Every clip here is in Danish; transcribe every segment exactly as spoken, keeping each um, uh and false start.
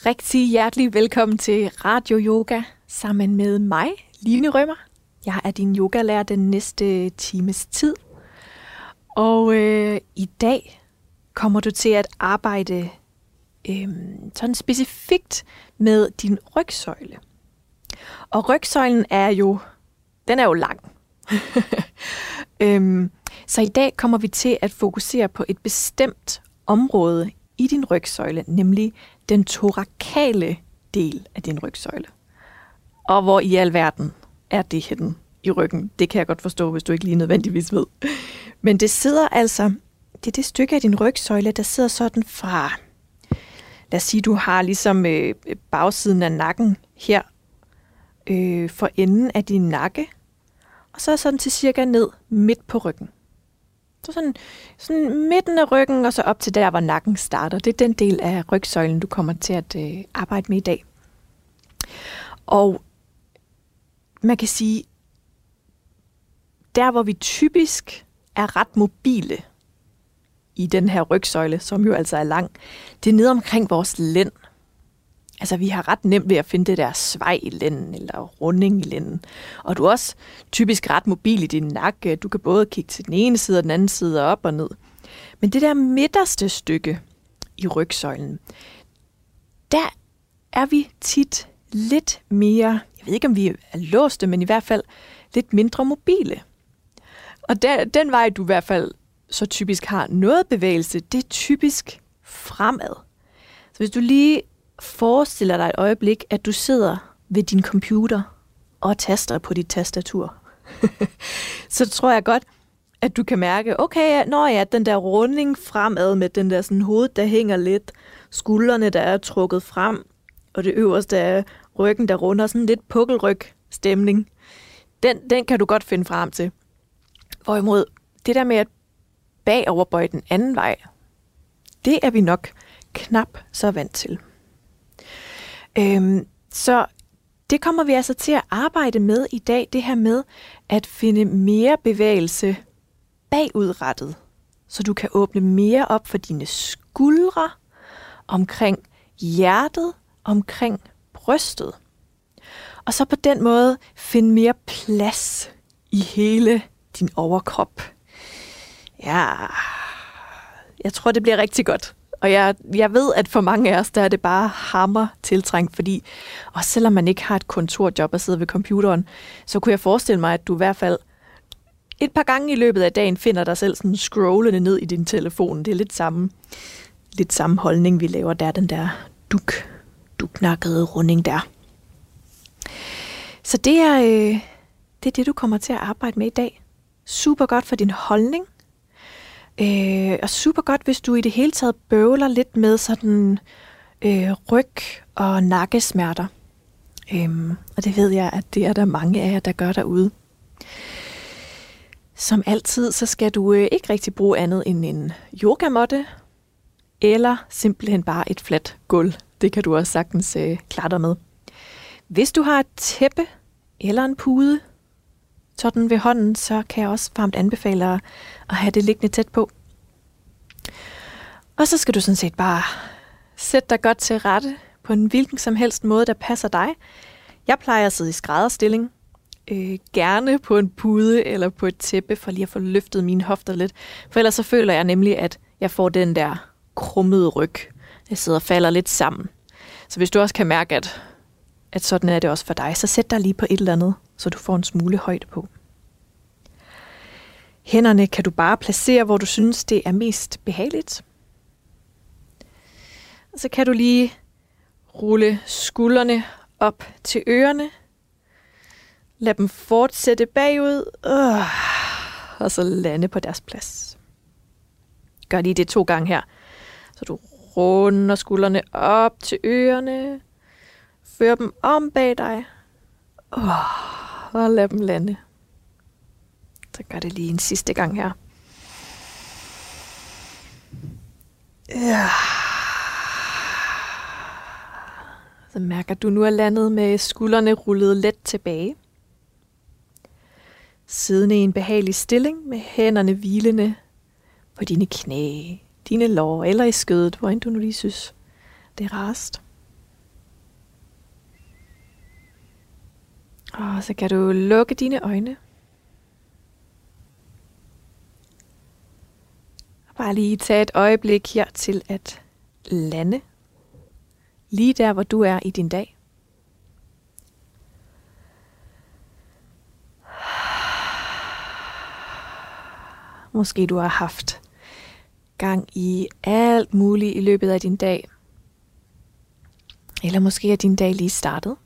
Rigtig hjertelig velkommen til Radio Yoga sammen med mig, Line Rømer. Jeg er din yogalærer den næste times tid. Og øh, i dag kommer du til at arbejde øh, sådan specifikt med din rygsøjle. Og rygsøjlen er jo, den er jo lang. øhm, så i dag kommer vi til at fokusere på et bestemt område i din rygsøjle, nemlig den thorakale del af din rygsøjle. Og hvor i alverden er det henne i ryggen? Det kan jeg godt forstå, hvis du ikke lige nødvendigvis ved. Men det sidder altså, det er det stykke af din rygsøjle, der sidder sådan fra, lad os sige, du har ligesom øh, bagsiden af nakken her, øh, for enden af din nakke, og så sådan til cirka ned midt på ryggen. Så sådan, sådan midten af ryggen, og så op til der, hvor nakken starter. Det er den del af rygsøjlen, du kommer til at øh, arbejde med i dag. Og man kan sige, der hvor vi typisk er ret mobile i den her rygsøjle, som jo altså er lang, det er nede omkring vores lænd. Altså, vi har ret nemt ved at finde det der svej i lænden, eller runding i lænden. Og du er også typisk ret mobil i din nakke. Du kan både kigge til den ene side og den anden side, op og ned. Men det der midterste stykke i rygsøjlen, der er vi tit lidt mere, jeg ved ikke om vi er låste, men i hvert fald lidt mindre mobile. Og der, den vej, du i hvert fald så typisk har noget bevægelse, det er typisk fremad. Så hvis du lige forestiller dig et øjeblik, at du sidder ved din computer og taster på dit tastatur, så tror jeg godt, at du kan mærke, okay, når jeg den der runding fremad med den der sådan hoved, der hænger lidt, skuldrene, der er trukket frem, og det øverste af ryggen, der runder sådan lidt pukkelryg-stemning, den, den kan du godt finde frem til. Hvorimod det der med at bagoverbøje den anden vej, det er vi nok knap så vant til. Øhm, så det kommer vi altså til at arbejde med i dag, det her med at finde mere bevægelse bagudrettet, så du kan åbne mere op for dine skuldre, omkring hjertet, omkring brystet. Og så på den måde finde mere plads i hele din overkrop. Ja, jeg tror, det bliver rigtig godt. Og jeg, jeg ved, at for mange af os, der er det bare hammer tiltrængt, fordi også selvom man ikke har et kontorjob og sidder ved computeren, så kunne jeg forestille mig, at du i hvert fald et par gange i løbet af dagen finder dig selv sådan scrollende ned i din telefon. Det er lidt samme, lidt samme holdning, vi laver der, den der duk, duknakkede runding der. Så det er, øh, det er det, du kommer til at arbejde med i dag. Super godt for din holdning. Øh, og super godt, hvis du i det hele taget bøvler lidt med sådan øh, ryg- og nakkesmerter. Øhm, og det ved jeg, at det er der mange af jer, der gør derude. Som altid, så skal du øh, ikke rigtig bruge andet end en yogamåtte, eller simpelthen bare et fladt gulv. Det kan du også sagtens øh, klare dig med. Hvis du har et tæppe eller en pude sådan ved hånden, så kan jeg også varmt anbefale at have det liggende tæt på. Og så skal du sådan set bare sætte dig godt til rette på en hvilken som helst måde, der passer dig. Jeg plejer at sidde i skrædderstilling, øh, gerne på en pude eller på et tæppe, for lige at få løftet mine hofter lidt. For ellers så føler jeg nemlig, at jeg får den der krummede ryg. Jeg sidder og falder lidt sammen. Så hvis du også kan mærke, at, at sådan er det også for dig, så sæt dig lige på et eller andet, så du får en smule højde på. Hænderne kan du bare placere, hvor du synes, det er mest behageligt. Og så kan du lige rulle skuldrene op til ørerne. Lad dem fortsætte bagud. Øh, og så lande på deres plads. Gør lige det to gange her. Så du runder skuldrene op til ørerne. Før dem om bag dig. Øh, og lad dem lande. Så gør det lige en sidste gang her. Ja. Så mærker du nu er landet med skuldrene rullet let tilbage. Siddende i en behagelig stilling med hænderne hvilende på dine knæ, dine lår eller i skødet, hvor end du nu lige synes, det er rarest. Og så kan du lukke dine øjne. Og bare lige tage et øjeblik her til at lande. Lige der, hvor du er i din dag. Måske du har haft gang i alt muligt i løbet af din dag. Eller måske er din dag lige startet.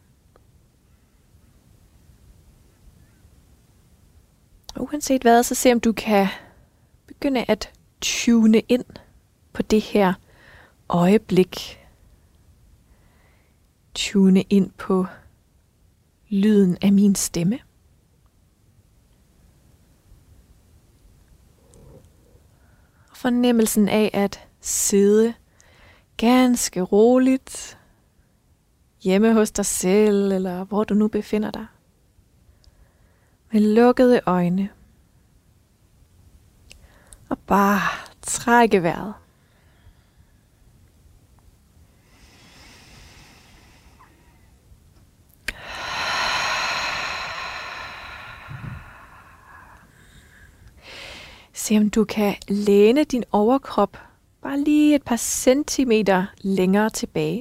Uanset hvad, så se om du kan begynde at tune ind på det her øjeblik. Tune ind på lyden af min stemme. Og fornemmelsen af at sidde ganske roligt hjemme hos dig selv, eller hvor du nu befinder dig. Med lukkede øjne. Og bare trække vejret. Se om du kan læne din overkrop bare lige et par centimeter længere tilbage.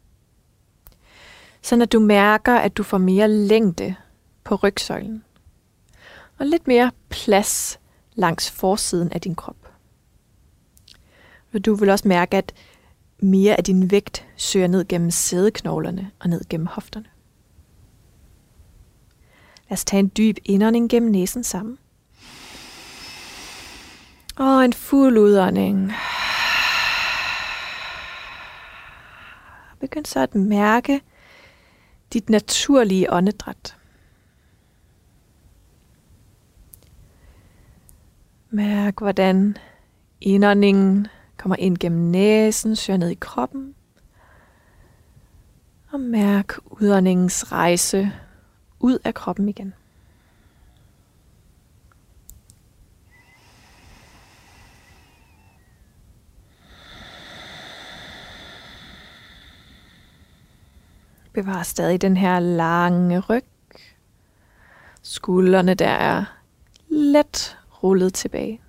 Sådan at du mærker, at du får mere længde på rygsøjlen. Og lidt mere plads langs forsiden af din krop. Og du vil også mærke, at mere af din vægt søger ned gennem sædeknoglerne og ned gennem hofterne. Lad os tage en dyb indånding gennem næsen sammen. Og en fuld udånding. Begynd så at mærke dit naturlige åndedræt. Mærk, hvordan indåndingen kommer ind gennem næsen, søger ned i kroppen. Og mærk udåndingens rejse ud af kroppen igen. Bevar stadig den her lange ryg. Skuldrene der er let rullet tilbage.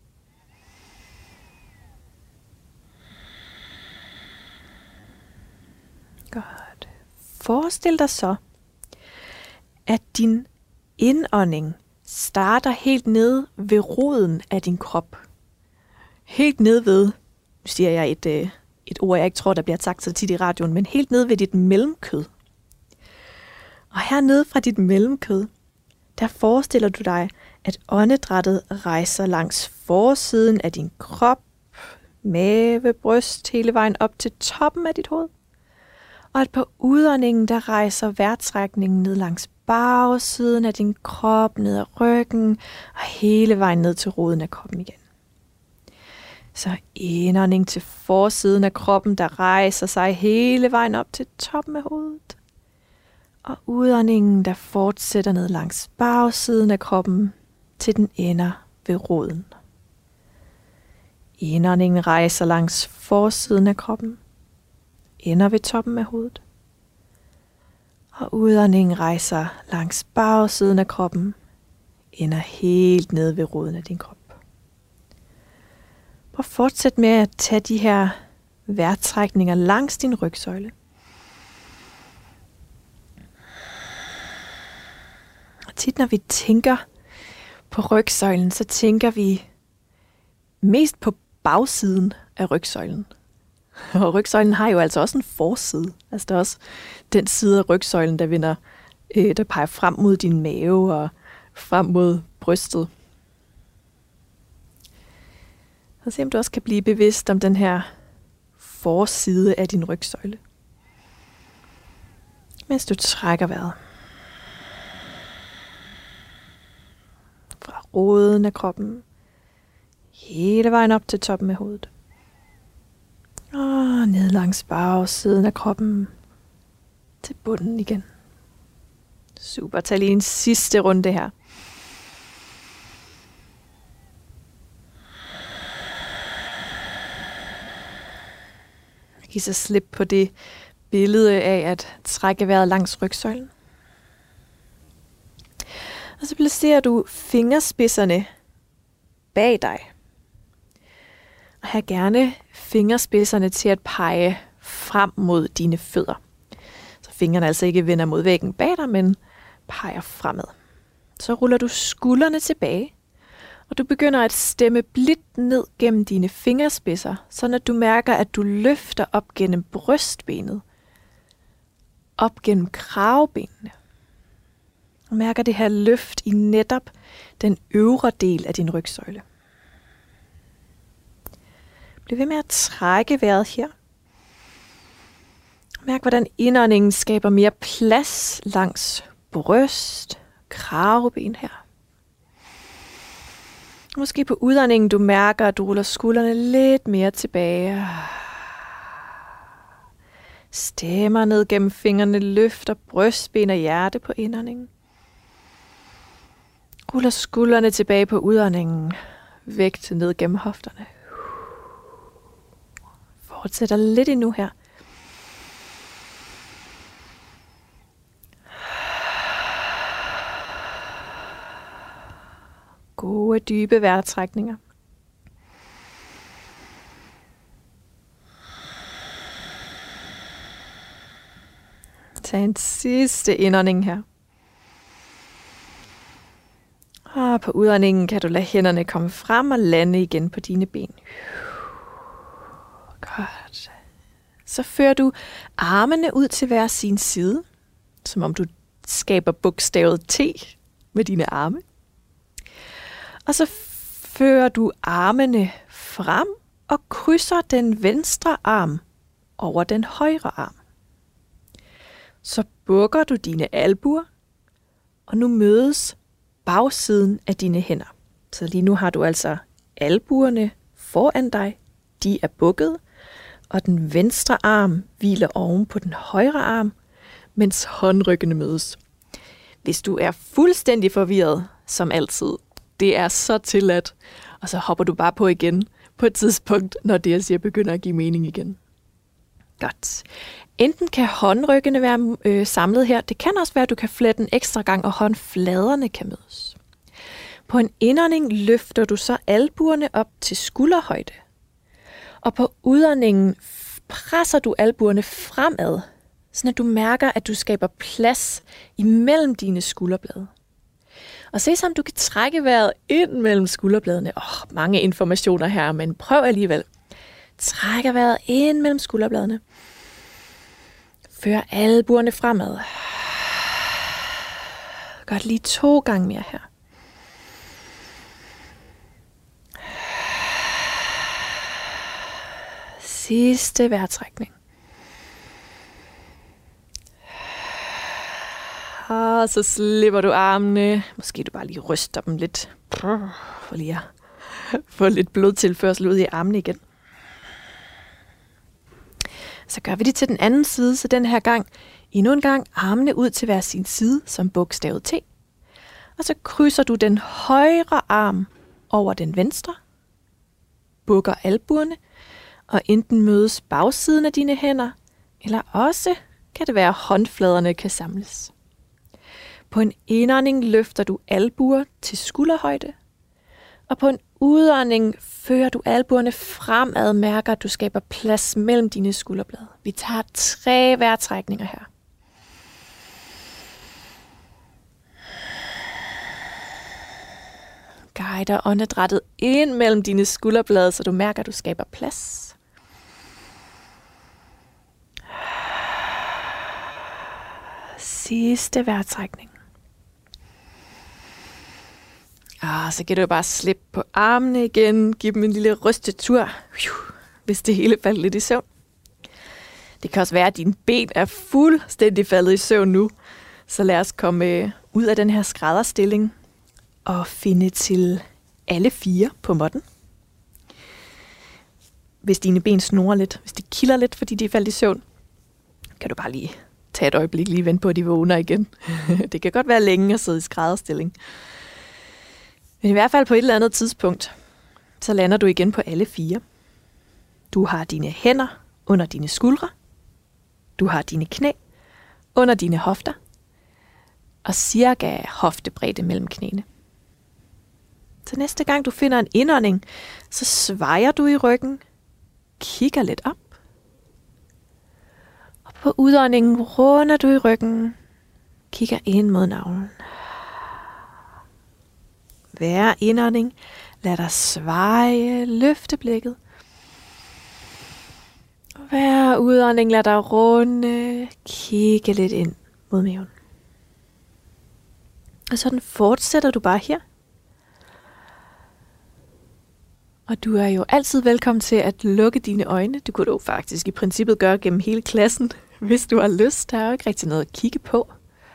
Godt. Forestil dig så, at din indånding starter helt nede ved roden af din krop. Helt nede ved, nu siger jeg et, et ord, jeg ikke tror, der bliver sagt så tit i radioen, men helt nede ved dit mellemkød. Og hernede fra dit mellemkød, der forestiller du dig, at åndedrættet rejser langs forsiden af din krop, mave, bryst, hele vejen op til toppen af dit hoved. Og at på udåndingen, der rejser vejrtrækningen ned langs bagsiden af din krop, ned ad ryggen og hele vejen ned til roden af kroppen igen. Så indånding til forsiden af kroppen, der rejser sig hele vejen op til toppen af hovedet. Og udåndingen, der fortsætter ned langs bagsiden af kroppen, til den ender ved roden. Indåndingen rejser langs forsiden af kroppen, ender ved toppen af hovedet. Og udåndingen rejser langs bagsiden af kroppen, ender helt ned ved roden af din krop. Prøv at fortsætte med at tage de her vejrtrækninger langs din rygsøjle. Og tit når vi tænker på rygsøjlen, så tænker vi mest på bagsiden af rygsøjlen. Og rygsøjlen har jo altså også en forside. Altså der er også den side af rygsøjlen, der vender, øh, der peger frem mod din mave og frem mod brystet. Og se om du også kan blive bevidst om den her forside af din rygsøjle. Mens du trækker vejret. Fra roden af kroppen. Hele vejen op til toppen af hovedet. Og ned langs bagsiden af kroppen. Til bunden igen. Super, tag lige en sidste runde her. Giv så slip på det billede af at trække vejret langs rygsøjlen. Og så placerer du fingerspidserne bag dig. Og have gerne fingerspidserne til at pege frem mod dine fødder. Så fingrene altså ikke vender mod væggen bag dig, men peger fremad. Så ruller du skuldrene tilbage, og du begynder at stemme blidt ned gennem dine fingerspidser, sådan at du mærker, at du løfter op gennem brystbenet, op gennem kravebenene. Og mærker det her løft i netop den øvre del af din rygsøjle. Bliv ved med at trække vejret her. Mærk, hvordan indåndingen skaber mere plads langs bryst, kraveben her. Måske på udåndingen, du mærker, at du ruller skuldrene lidt mere tilbage. Stemmer ned gennem fingrene, løfter brystben og hjerte på indåndingen. Ruller skuldrene tilbage på udåndingen, vægt ned gennem hofterne. Fortsætter lidt endnu her. Gode, dybe vejrtrækninger. Tag en sidste indånding her. Og på udåndingen kan du lade hænderne komme frem og lande igen på dine ben. Godt. Så fører du armene ud til hver sin side, som om du skaber bogstavet T med dine arme. Og så fører du armene frem og krydser den venstre arm over den højre arm. Så bukker du dine albuer, og nu mødes bagsiden af dine hænder. Så lige nu har du altså albuerne foran dig, de er bukket, og den venstre arm hviler oven på den højre arm, mens håndryggene mødes. Hvis du er fuldstændig forvirret, som altid, det er så tilladt, og så hopper du bare på igen på et tidspunkt, når det, jeg siger, begynder at give mening igen. Godt. Enten kan håndryggene være øh, samlet her. Det kan også være, at du kan flette en ekstra gang, og håndfladerne kan mødes. På en indånding løfter du så albuerne op til skulderhøjde. Og på udåndingen presser du albuerne fremad, så du mærker, at du skaber plads imellem dine skulderblade. Og se om du kan trække vejret ind mellem skulderbladene. Åh, oh, mange informationer her, men prøv alligevel. Træk vejret ind mellem skulderbladene. Før albuerne fremad. Godt, lige to gange mere her. Sidste vejrtrækning. Og så slipper du armene. Måske du bare lige ryster dem lidt. For lige at få lidt blodtilførsel ud i armene igen. Så gør vi det til den anden side, så den her gang endnu en gang armene ud til hver sin side, som bogstavet T. Og så krydser du den højre arm over den venstre, bukker albuerne, og enten mødes bagsiden af dine hænder, eller også kan det være, at håndfladerne kan samles. På en indånding løfter du albuer til skulderhøjde, og på en udånding fører du albuerne fremad, mærker, at du skaber plads mellem dine skulderblade. Vi tager tre vejrtrækninger her. Guider åndedrættet ind mellem dine skulderblade, så du mærker, at du skaber plads. Sidste vejrtrækning. Og så kan du bare slippe på armene igen, give dem en lille rystetur, hvis det hele falder lidt i søvn. Det kan også være, at dine ben er fuldstændig faldet i søvn nu. Så lad os komme ud af den her skrædderstilling og finde til alle fire på måtten. Hvis dine ben snurrer lidt, hvis de kilder lidt, fordi de er faldet i søvn, kan du bare lige tage et øjeblik, lige vente på, at de vågner igen. Det kan godt være længe at sidde i skrædderstilling. Men i hvert fald på et eller andet tidspunkt, så lander du igen på alle fire. Du har dine hænder under dine skuldre. Du har dine knæ under dine hofter. og cirka hoftebredde mellem knæene. Så næste gang du finder en indånding, så svejer du i ryggen, kigger lidt op. Og på udåndingen runder du i ryggen, kigger ind mod navlen. Hver indånding, lad dig sveje, løfte blikket. Og hver udånding, lad dig runde, kigge lidt ind mod maven. Og sådan fortsætter du bare her. Og du er jo altid velkommen til at lukke dine øjne. Det kunne du faktisk i princippet gøre gennem hele klassen, hvis du har lyst. Der er jo ikke rigtig noget at kigge på.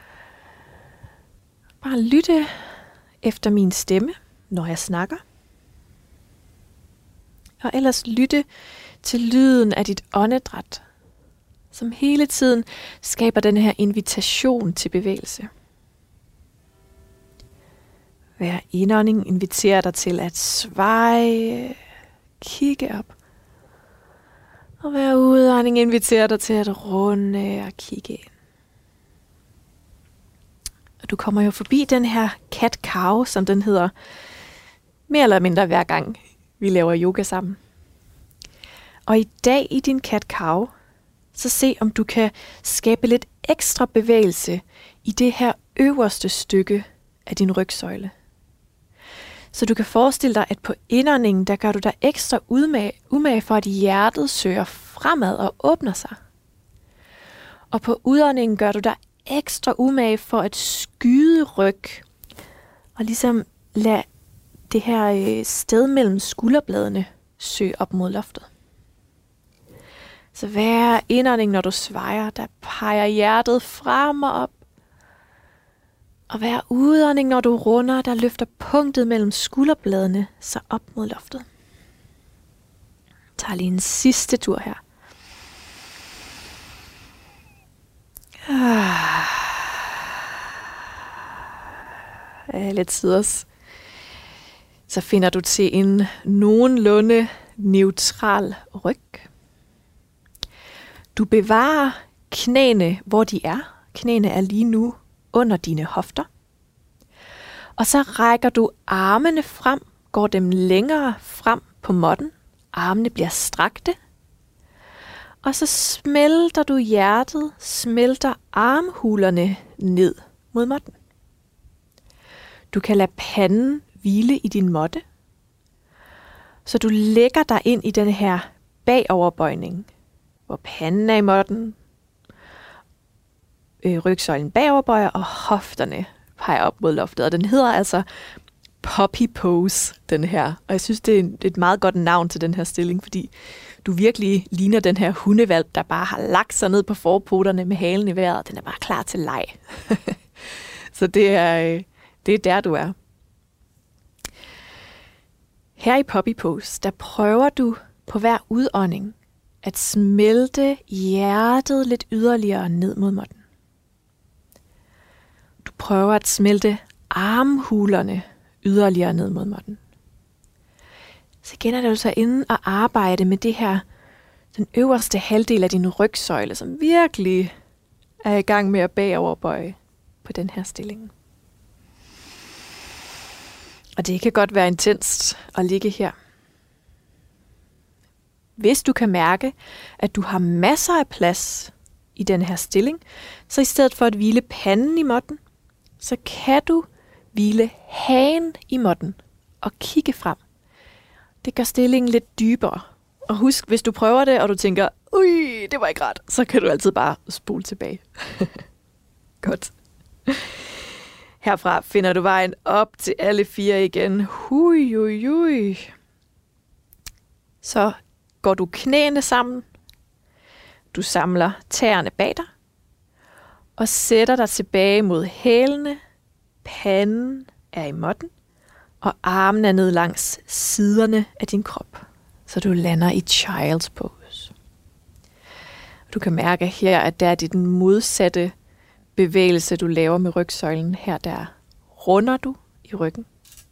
Bare lytte efter min stemme, når jeg snakker. Og ellers lytte til lyden af dit åndedræt, som hele tiden skaber den her invitation til bevægelse. Hver indånding inviterer dig til at sveje, kigge op. Og hver udånding inviterer dig til at runde og kigge ind. Og du kommer jo forbi den her cat-cow, som den hedder, mere eller mindre hver gang vi laver yoga sammen. Og i dag i din cat-cow, så se om du kan skabe lidt ekstra bevægelse i det her øverste stykke af din rygsøjle. Så du kan forestille dig, at på indåndingen, der gør du dig ekstra umage, umage for, at hjertet søger fremad og åbner sig. Og på udåndingen gør du dig ekstra umage for at skyde ryg, og ligesom lade det her sted mellem skulderbladene søge op mod loftet. Så hver indånding, når du svejer, der peger hjertet frem og op. Og hver udånding, når du runder, der løfter punktet mellem skulderbladene så op mod loftet. Tag lige en sidste tur her. Ah. Lidt siders. Så finder du til en nogenlunde neutral ryg. Du bevarer knæene, hvor de er. Knæene er lige nu under dine hofter. Og så rækker du armene frem, går dem længere frem på måtten. Armene bliver strakte. Og så smelter du hjertet, smelter armhulerne ned mod måtten. Du kan lade panden hvile i din måtte. Så du lægger dig ind i den her bagoverbøjning, hvor panden er i måtten, øh, rygsøjlen bagoverbøjer, og hofterne peger op mod loftet. Og den hedder altså Puppy Pose, den her. Og jeg synes, det er et meget godt navn til den her stilling, fordi du virkelig ligner den her hundevalp, der bare har lagt sig ned på forpoterne med halen i vejret. Den er bare klar til leg. Så det er, det er der, du er. Her i Puppy Pose, der prøver du på hver udånding at smelte hjertet lidt yderligere ned mod måtten. Du prøver at smelte armhulerne yderligere ned mod måtten. Så igen er det altså inde og arbejde med det her, den øverste halvdel af din rygsøjle, som virkelig er i gang med at bagoverbøje på den her stilling. Og det kan godt være intenst at ligge her. Hvis du kan mærke, at du har masser af plads i den her stilling, så i stedet for at hvile panden i måtten, så kan du hvile hagen i måtten og kigge frem. Det gør stillingen lidt dybere. Og husk, hvis du prøver det, og du tænker, ui, det var ikke ret, så kan du altid bare spole tilbage. Godt. Herfra finder du vejen op til alle fire igen. Hui, ui, ui. Så går du knæene sammen. Du samler tæerne bag dig. Og sætter dig tilbage mod hælene. Panden er i måtten. Og armene er ned langs siderne af din krop. Så du lander i child's pose. Du kan mærke her, at der er det den modsatte bevægelse, du laver med rygsøjlen. Her der runder du i ryggen.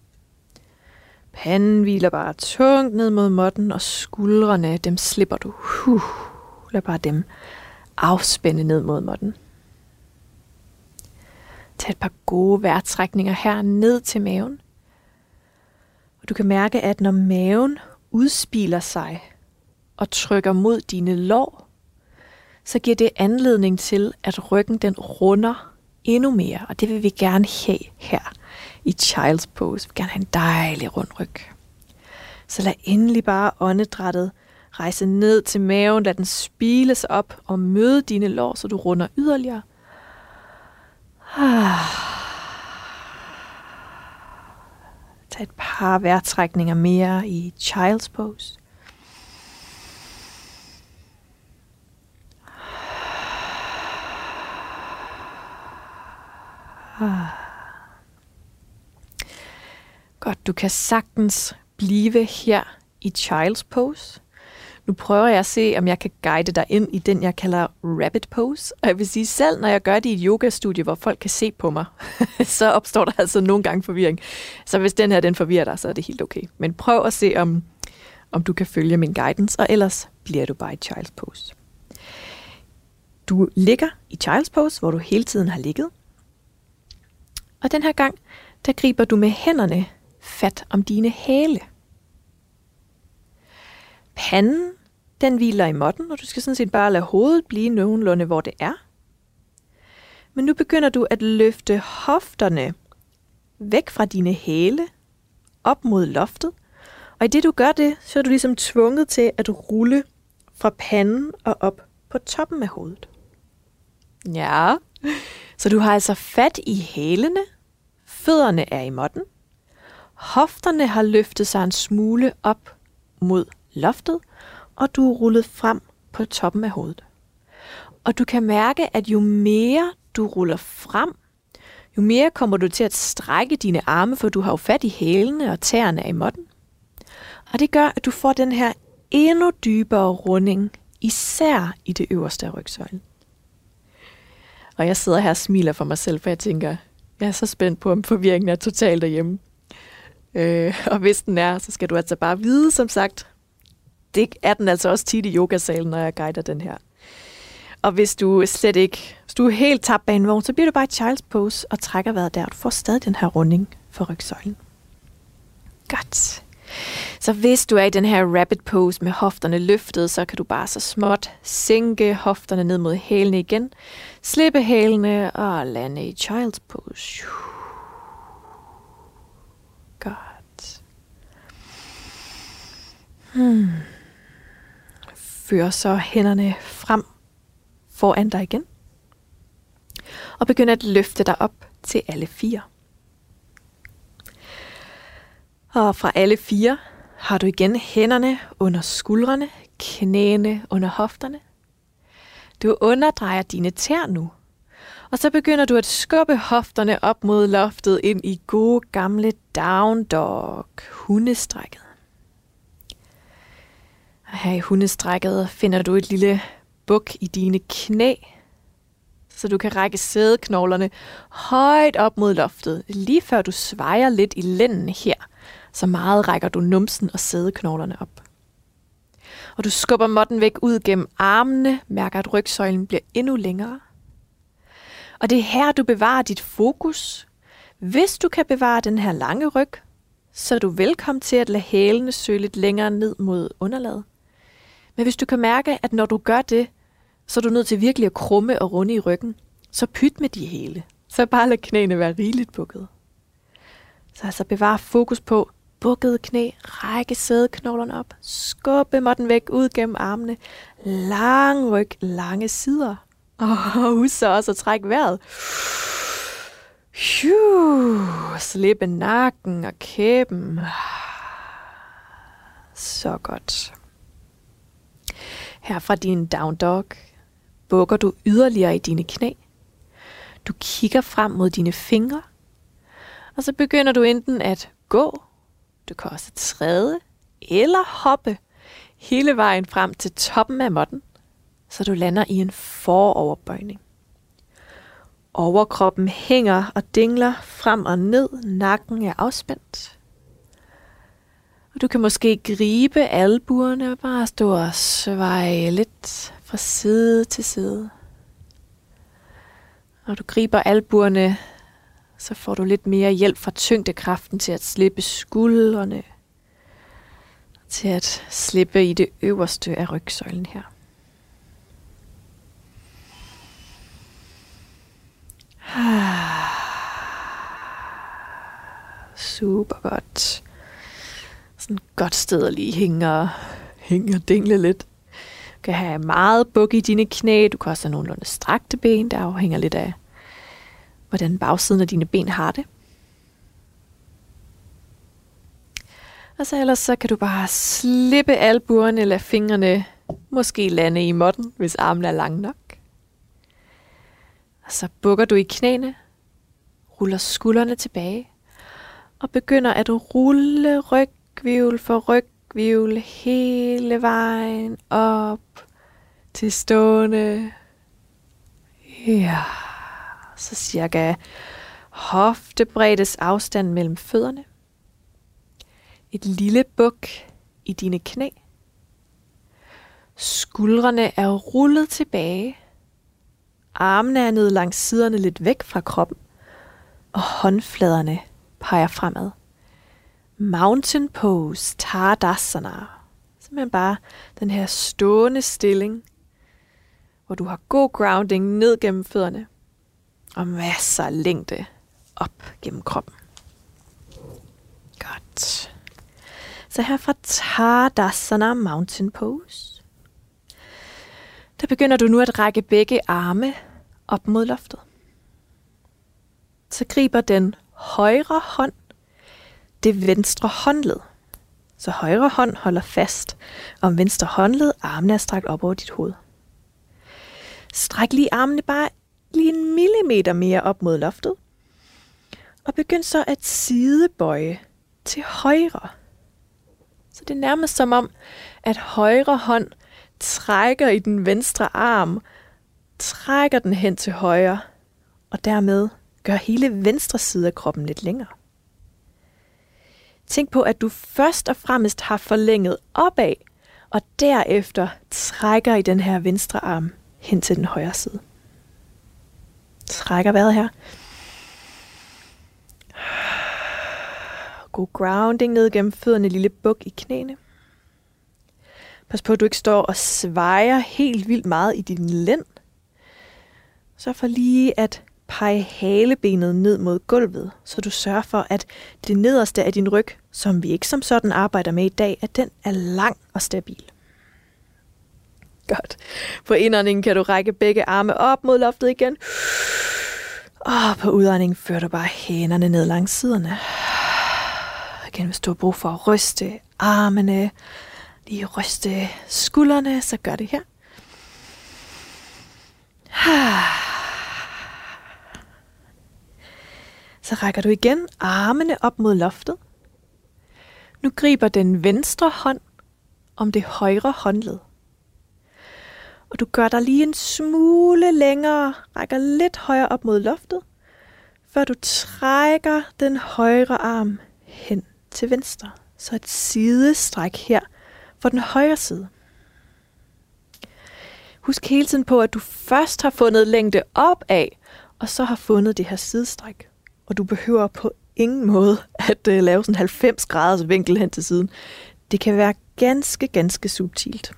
Panden hviler bare tungt ned mod måtten, og skuldrene, dem slipper du. Huh, lad bare dem afspænde ned mod måtten. Tag et par gode vejrtrækninger her ned til maven. Og du kan mærke, at når maven udspiler sig og trykker mod dine lår, så giver det anledning til, at ryggen den runder endnu mere. Og det vil vi gerne have her i Child's Pose. Vi vil gerne have en dejlig rund ryg. Så lad endelig bare åndedrættet rejse ned til maven. Lad den spile sig op og møde dine lår, så du runder yderligere. Tag et par vejrtrækninger mere i Child's Pose. Godt, du kan sagtens blive her i Child's Pose. Nu prøver jeg at se, om jeg kan guide dig ind i den, jeg kalder Rabbit Pose. Og jeg vil sige, selv når jeg gør det i et yogastudie, hvor folk kan se på mig, så opstår der altså nogle gange forvirring. Så hvis den her, den forvirrer dig, så er det helt okay. Men prøv at se, om, om du kan følge min guidance, og ellers bliver du bare i Child's Pose. Du ligger i Child's Pose, hvor du hele tiden har ligget. Og den her gang, der griber du med hænderne fat om dine hæle. Panden, den hviler i måtten, og du skal sådan set bare lade hovedet blive nogenlunde, hvor det er. Men nu begynder du at løfte hofterne væk fra dine hæle, op mod loftet. Og i det du gør det, så er du ligesom tvunget til at rulle fra panden og op på toppen af hovedet. Ja, så du har altså fat i hælene, fødderne er i måtten, hofterne har løftet sig en smule op mod loftet, og du er rullet frem på toppen af hovedet. Og du kan mærke, at jo mere du ruller frem, jo mere kommer du til at strække dine arme, for du har jo fat i hælene og tæerne er i måtten. Og det gør, at du får den her endnu dybere runding, især i det øverste af rygsøjlen. Og jeg sidder her og smiler for mig selv, for jeg tænker, jeg er så spændt på, om forvirringen er totalt derhjemme. Øh, og hvis den er, så skal du altså bare vide, som sagt, det er den altså også tit i yogasalen, når jeg guider den her. Og hvis du slet ikke, hvis du er helt tabt bag en vogn, så bliver du bare i Child's Pose og trækker vejret der. Du får stadig den her runding for rygsøjlen. Godt. Så hvis du er i den her Rabbit Pose med hofterne løftet, så kan du bare så småt sænke hofterne ned mod hælene igen. Slippe hælene og lande i Child's Pose. Godt. Hmm. Før så hænderne frem foran dig igen. Og begynd at løfte dig op til alle fire. Og fra alle fire har du igen hænderne under skuldrene, knæene under hofterne. Du underdrejer dine tæer nu. Og så begynder du at skubbe hofterne op mod loftet ind i gode gamle down dog, hundestrækket. Og her i hundestrækket finder du et lille buk i dine knæ, så du kan række sædeknoglerne højt op mod loftet, lige før du svejer lidt i lænden her. Så meget rækker du numsen og sædeknoglerne op. Og du skubber måtten væk ud gennem armene, mærker at rygsøjlen bliver endnu længere. Og det er her, du bevarer dit fokus. Hvis du kan bevare den her lange ryg, så er du velkommen til at lade hælene søge lidt længere ned mod underlaget. Men hvis du kan mærke, at når du gør det, så er du nødt til virkelig at krumme og runde i ryggen, så pyt med de hæle. Så bare lad knæene være rigeligt bukket. Så altså bevar fokus på bukkede knæ, række sædeknoglerne op, skubbe måtten væk ud gennem armene, lang ryg, lange sider. Og husk så også at trække vejret. Slippe nakken og kæben. Så godt. Her fra din down dog bukker du yderligere i dine knæ. Du kigger frem mod dine fingre. Og så begynder du enten at gå, du kan også træde eller hoppe hele vejen frem til toppen af måtten, så du lander i en foroverbøjning. Overkroppen hænger og dingler frem og ned, nakken er afspændt. Og du kan måske gribe albuerne og bare stå og svaje lidt fra side til side. Når du griber albuerne, Så får du lidt mere hjælp fra tyngdekraften til at slippe skuldrene. Til at slippe i det øverste af rygsøjlen her. Super godt. Sådan et godt sted at lige hænge og, hænge og dingle lidt. Du kan have meget buk i dine knæ. Du kan også have nogenlunde strakte ben. Der afhænger lidt af, hvordan bagsiden af dine ben har det. Og så ellers så kan du bare slippe albuerne, lade fingrene måske lande i måtten, hvis armene er lange nok. Og så bukker du i knæene, ruller skuldrene tilbage, og begynder at rulle ryghvirvel for ryghvirvel hele vejen op til stående. Ja, så cirka hoftebreddes afstand mellem fødderne. Et lille buk i dine knæ. Skuldrene er rullet tilbage. Armene er ned langs siderne lidt væk fra kroppen. Og håndfladerne peger fremad. Mountain Pose, Tadasana. Simpelthen bare den her stående stilling, hvor du har god grounding ned gennem fødderne. Og masser af længde op gennem kroppen. Godt. Så her fra Tadasana Mountain Pose, der begynder du nu at række begge arme op mod loftet. Så griber den højre hånd det venstre håndled. Så højre hånd holder fast om venstre håndled, armene er strakt op over dit hoved. Stræk lige armene bare lige en millimeter mere op mod loftet. Og begynd så at sidebøje til højre. Så det er nærmest som om, at højre hånd trækker i den venstre arm, trækker den hen til højre, og dermed gør hele venstre side af kroppen lidt længere. Tænk på, at du først og fremmest har forlænget opad, og derefter trækker i den her venstre arm hen til den højre side. Trækker vejret her. God grounding ned gennem fødderne, lille buk i knæene. Pas på, at du ikke står og svejer helt vildt meget i din lænd. Så for lige at pege halebenet ned mod gulvet, så du sørger for, at det nederste af din ryg, som vi ikke som sådan arbejder med i dag, at den er lang og stabil. Godt. På indåndingen kan du række begge arme op mod loftet igen. Og på udåndingen fører du bare hænderne ned langs siderne. Igen, hvis du har brug for at ryste armene, lige ryste skuldrene, så gør det her. Så rækker du igen armene op mod loftet. Nu griber den venstre hånd om det højre håndled. Og du gør dig lige en smule længere, rækker lidt højere op mod loftet, før du trækker den højre arm hen til venstre. Så et sidestræk her for den højre side. Husk hele tiden på, at du først har fundet længde opad, og så har fundet det her sidestræk. Og du behøver på ingen måde at uh, lave sådan halvfems graders vinkel hen til siden. Det kan være ganske, ganske subtilt.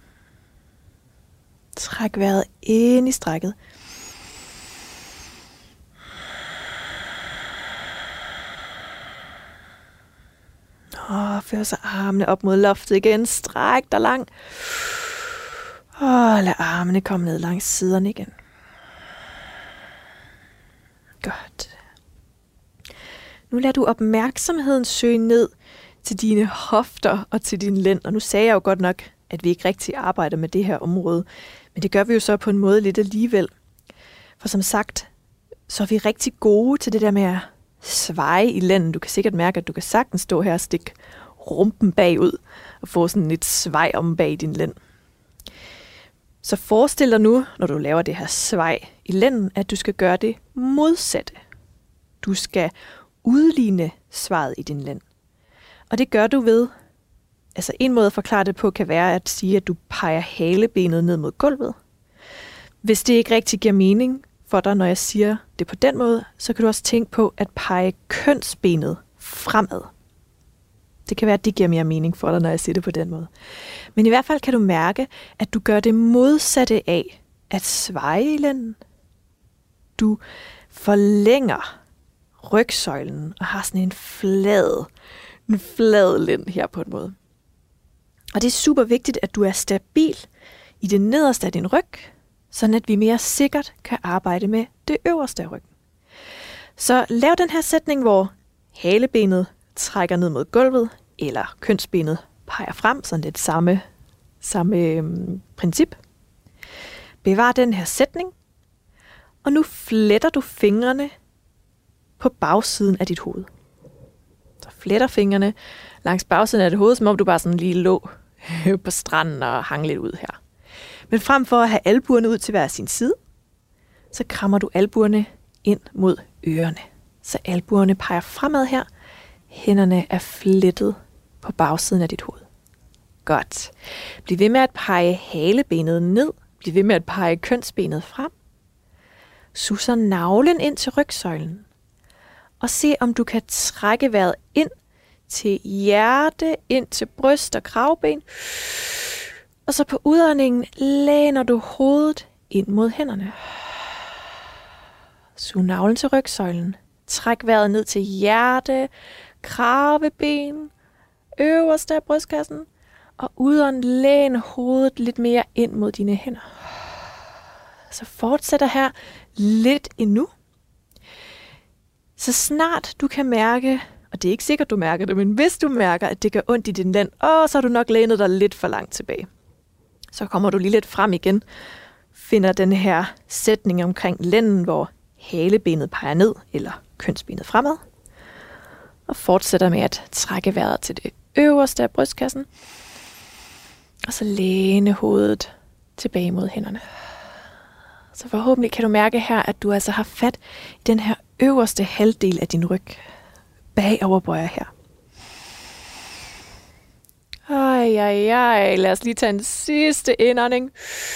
Træk vejret ind i strækket. Og før så armene op mod loftet igen. Stræk dig langt. Og lad armene komme ned langs siderne igen. Godt. Nu lader du opmærksomheden søge ned til dine hofter og til din lænd. Og nu sagde jeg jo godt nok, at vi ikke rigtig arbejder med det her område. Men det gør vi jo så på en måde lidt alligevel. For som sagt, så er vi rigtig gode til det der med at sveje i lænden. Du kan sikkert mærke, at du kan sagtens stå her og stikke rumpen bagud og få sådan lidt svej om bag din lænd. Så forestil dig nu, når du laver det her svej i lænden, at du skal gøre det modsatte. Du skal udligne svaret i din lænd. Og det gør du ved, altså en måde at forklare det på kan være at sige, at du peger halebenet ned mod gulvet. Hvis det ikke rigtig giver mening, for dig, når jeg siger det på den måde, så kan du også tænke på at pege kønsbenet fremad. Det kan være, at det giver mere mening for dig, når jeg siger det på den måde. Men i hvert fald kan du mærke, at du gør det modsatte af at sveje i lænden. Du forlænger rygsøjlen og har sådan en flad, en flad lænd her på en måde. Og det er super vigtigt, at du er stabil i det nederste af din ryg, sådan at vi mere sikkert kan arbejde med det øverste af ryggen. Så lav den her sætning, hvor halebenet trækker ned mod gulvet, eller kønsbenet peger frem, sådan lidt samme, samme øhm, princip. Bevar den her sætning, og nu fletter du fingrene på bagsiden af dit hoved. Så fletter fingrene langs bagsiden af dit hoved, som om du bare sådan lige lå på stranden og hang lidt ud her. Men frem for at have albuerne ud til hver sin side, så krammer du albuerne ind mod ørerne. Så albuerne peger fremad her. Hænderne er flettet på bagsiden af dit hoved. Godt. Bliv ved med at pege halebenet ned. Bliv ved med at pege kønsbenet frem. Suser navlen ind til rygsøjlen. Og se, om du kan trække vejret ind til hjerte, ind til bryst og kravben. Og så på udåndingen læner du hovedet ind mod hænderne. Sug navlen til rygsøjlen. Træk vejret ned til hjerte, kraveben, øverste af brystkassen. Og udånd læn hovedet lidt mere ind mod dine hænder. Så fortsætter her lidt endnu. Så snart du kan mærke, og det er ikke sikkert, du mærker det, men hvis du mærker, at det gør ondt i din lænd, åh, så har du nok lænet dig lidt for langt tilbage. Så kommer du lige lidt frem igen, finder den her sætning omkring lænden, hvor halebenet peger ned, eller kønsbenet fremad, og fortsætter med at trække vejret til det øverste af brystkassen, og så læne hovedet tilbage mod hænderne. Så forhåbentlig kan du mærke her, at du altså har fat i den her øverste halvdel af din ryg. Bagoverbøjer her. Ej, ej, ej. Lad os lige tage en sidste indånding.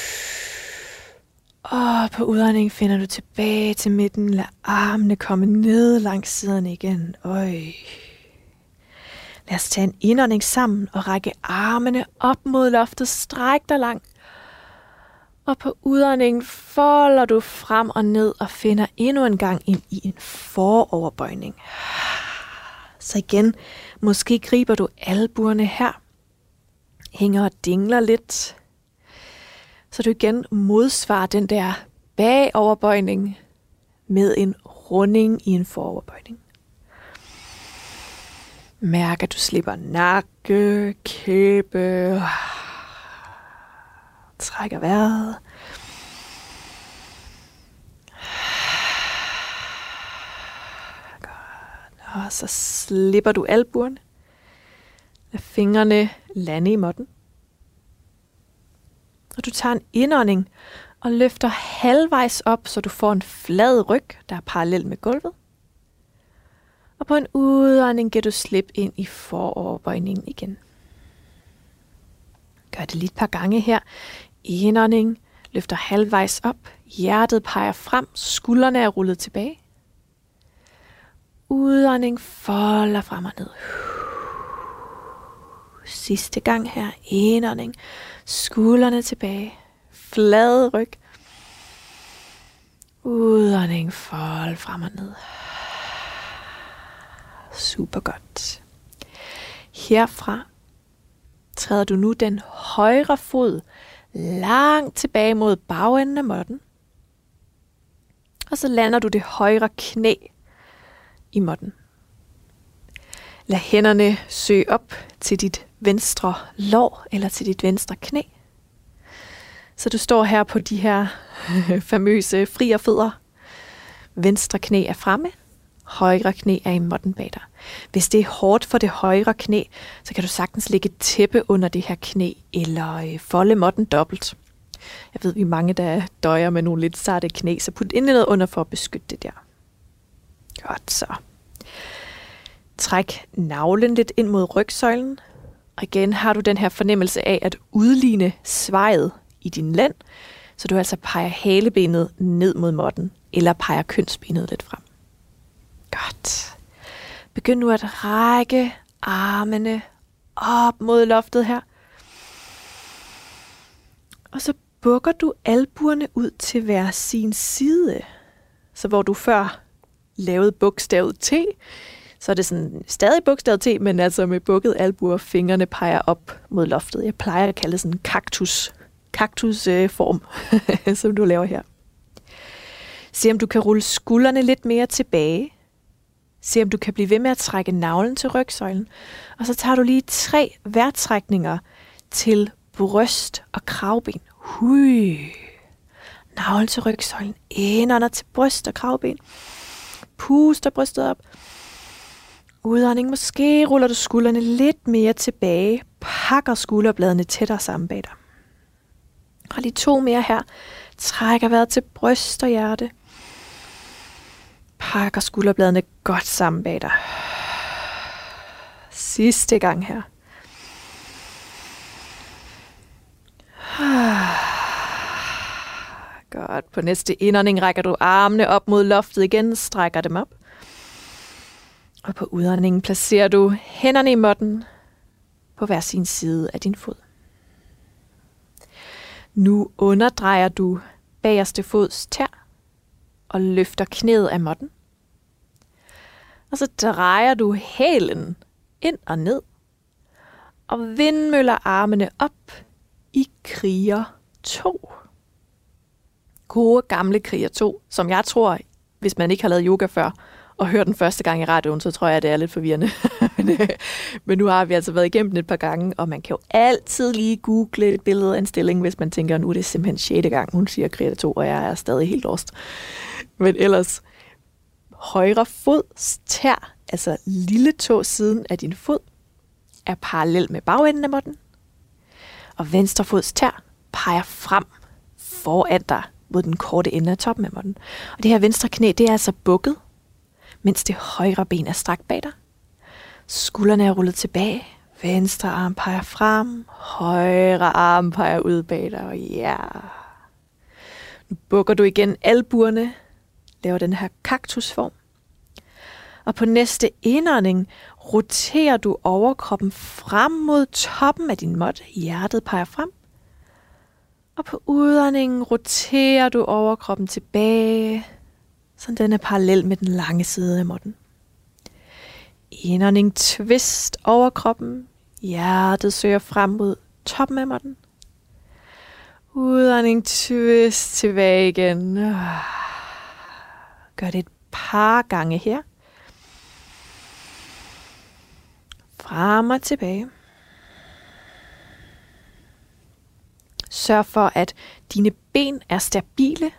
Og på udånding finder du tilbage til midten. Lad armene komme ned langs siden igen. Øj. Lad os tage en indånding sammen og række armene op mod loftet. Stræk dig langt. Og på udåndingen folder du frem og ned og finder endnu en gang ind i en foroverbøjning. Så igen, måske griber du albuerne her. Hænger og dingler lidt. Så du igen modsvarer den der bagoverbøjning med en runding i en foroverbøjning. Mærk, at du slipper nakke, kæbe. Trækker vejret. Godt. Og så slipper du albuerne. Lad fingrene lande i måtten. Og du tager en indånding og løfter halvvejs op, så du får en flad ryg, der er parallel med gulvet. Og på en udånding giver du slip ind i foroverbøjningen igen. Gør det lige et par gange her. Indånding, løfter halvvejs op, hjertet peger frem, skuldrene er rullet tilbage. Udånding, folder frem og ned. Sidste gang her, indånding, skuldrene tilbage, flad ryg. Udånding, fold frem og ned. Super godt. Herfra træder du nu den højre fod langt tilbage mod bagenden af måtten. Og så lander du det højre knæ i måtten. Lad hænderne søge op til dit venstre lår eller til dit venstre knæ. Så du står her på de her famøse frierfødder. Venstre knæ er fremme. Højre knæ er i måtten bag dig. Hvis det er hårdt for det højre knæ, så kan du sagtens lægge et tæppe under det her knæ, eller øh, folde måtten dobbelt. Jeg ved, vi er mange, der døjer med nogle lidt sarte knæ, så put endelig noget under for at beskytte det der. Godt så. Træk navlen lidt ind mod rygsøjlen. Og igen har du den her fornemmelse af at udligne svejet i din lænd, Så du altså peger halebenet ned mod måtten, eller peger kønsbenet lidt frem. Godt. Begynd nu at række armene op mod loftet her. Og så bukker du albuerne ud til hver sin side. Så hvor du før lavede bogstavet T, så er det sådan stadig bogstavet T, men altså med bukket albuer, fingrene peger op mod loftet. Jeg plejer at kalde det sådan en kaktus, kaktusform, øh, som du laver her. Se om du kan rulle skuldrene lidt mere tilbage. Se om du kan blive ved med at trække navlen til rygsøjlen. Og så tager du lige tre vejrtrækninger til bryst og kravben. Hui. Navlen til rygsøjlen. Indånder til bryst og kravben. Puster brystet op. Udånding. Måske ruller du skuldrene lidt mere tilbage. Pakker skulderbladene tættere sammen bag dig. Og lige to mere her. Trækker vejret til bryst og hjerte. Pakker skulderbladene godt sammen bag dig. Sidste gang her. Godt. På næste indånding rækker du armene op mod loftet igen. Strækker dem op. Og på udåndingen placerer du hænderne i måtten på hver sin side af din fod. Nu underdrejer du bagerste fods tær og løfter knæet af måtten. Og så drejer du hælen ind og ned og vindmøller armene op i kriger to. Gode gamle kriger to, som jeg tror, hvis man ikke har lavet yoga før og hørt den første gang i radioen, så tror jeg, det er lidt forvirrende. Men nu har vi altså været igennem den et par gange, og man kan jo altid lige google et billede af en stilling, hvis man tænker, nu er det simpelthen sjette gang, hun siger kriger to, og jeg er stadig helt lost. Men ellers, højre fods tær, altså lille tå siden af din fod, er parallel med bagenden af måtten. Og venstre fods tær peger frem foran dig mod den korte ende af toppen af måtten. Og det her venstre knæ, det er altså bukket, mens det højre ben er strakt bag dig. Skuldrene er rullet tilbage. Venstre arm peger frem. Højre arm peger ud bag dig. Og ja. Nu bukker du igen albuerne. Laver den her kaktusform. Og på næste indånding roterer du overkroppen frem mod toppen af din måtte. Hjertet peger frem. Og på udåndingen roterer du overkroppen tilbage, så den er parallel med den lange side af måtten. Indånding, twist overkroppen. Hjertet søger frem mod toppen af måtten. Udånding, twist tilbage igen. Gør det et par gange her. Frem og tilbage. Sørg for, at dine ben er stabile.